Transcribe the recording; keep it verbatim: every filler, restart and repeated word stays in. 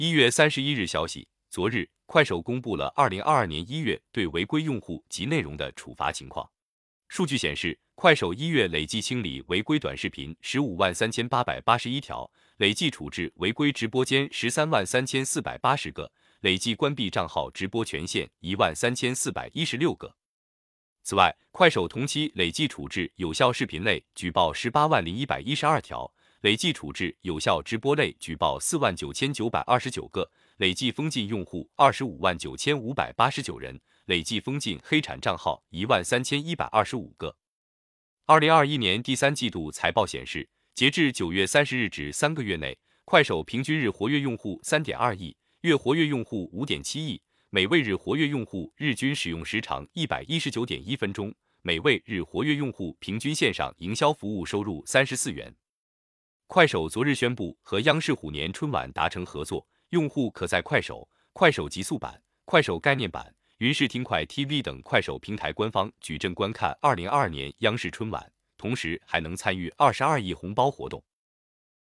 一月三十一日消息，昨日快手公布了二零二二年一月对违规用户及内容的处罚情况。数据显示，快手一月累计清理违规短视频十五万三千八百八十一条，累计处置违规直播间十三万三千四百八十个，累计关闭账号直播权限一万三千四百一十六个。此外，快手同期累计处置有效视频类举报十八万零一百一十二条。累计处置有效直播类举报四万九千九百二十九个，累计封禁用户二十五万九千五百八十九人，累计封禁黑产账号一万三千一百二十五个。二零二一年第三季度财报显示，截至九月三十日止三个月内，快手平均日活跃用户 三点二亿，月活跃用户 五点七亿，每位日活跃用户日均使用时长 一百一十九点一分钟，每位日活跃用户平均线上营销服务收入三十四元。快手昨日宣布和央视虎年春晚达成合作，用户可在快手、快手极速版、快手概念版、云视听快 T V 等快手平台官方矩阵观看二零二二年央视春晚，同时还能参与二十二亿红包活动。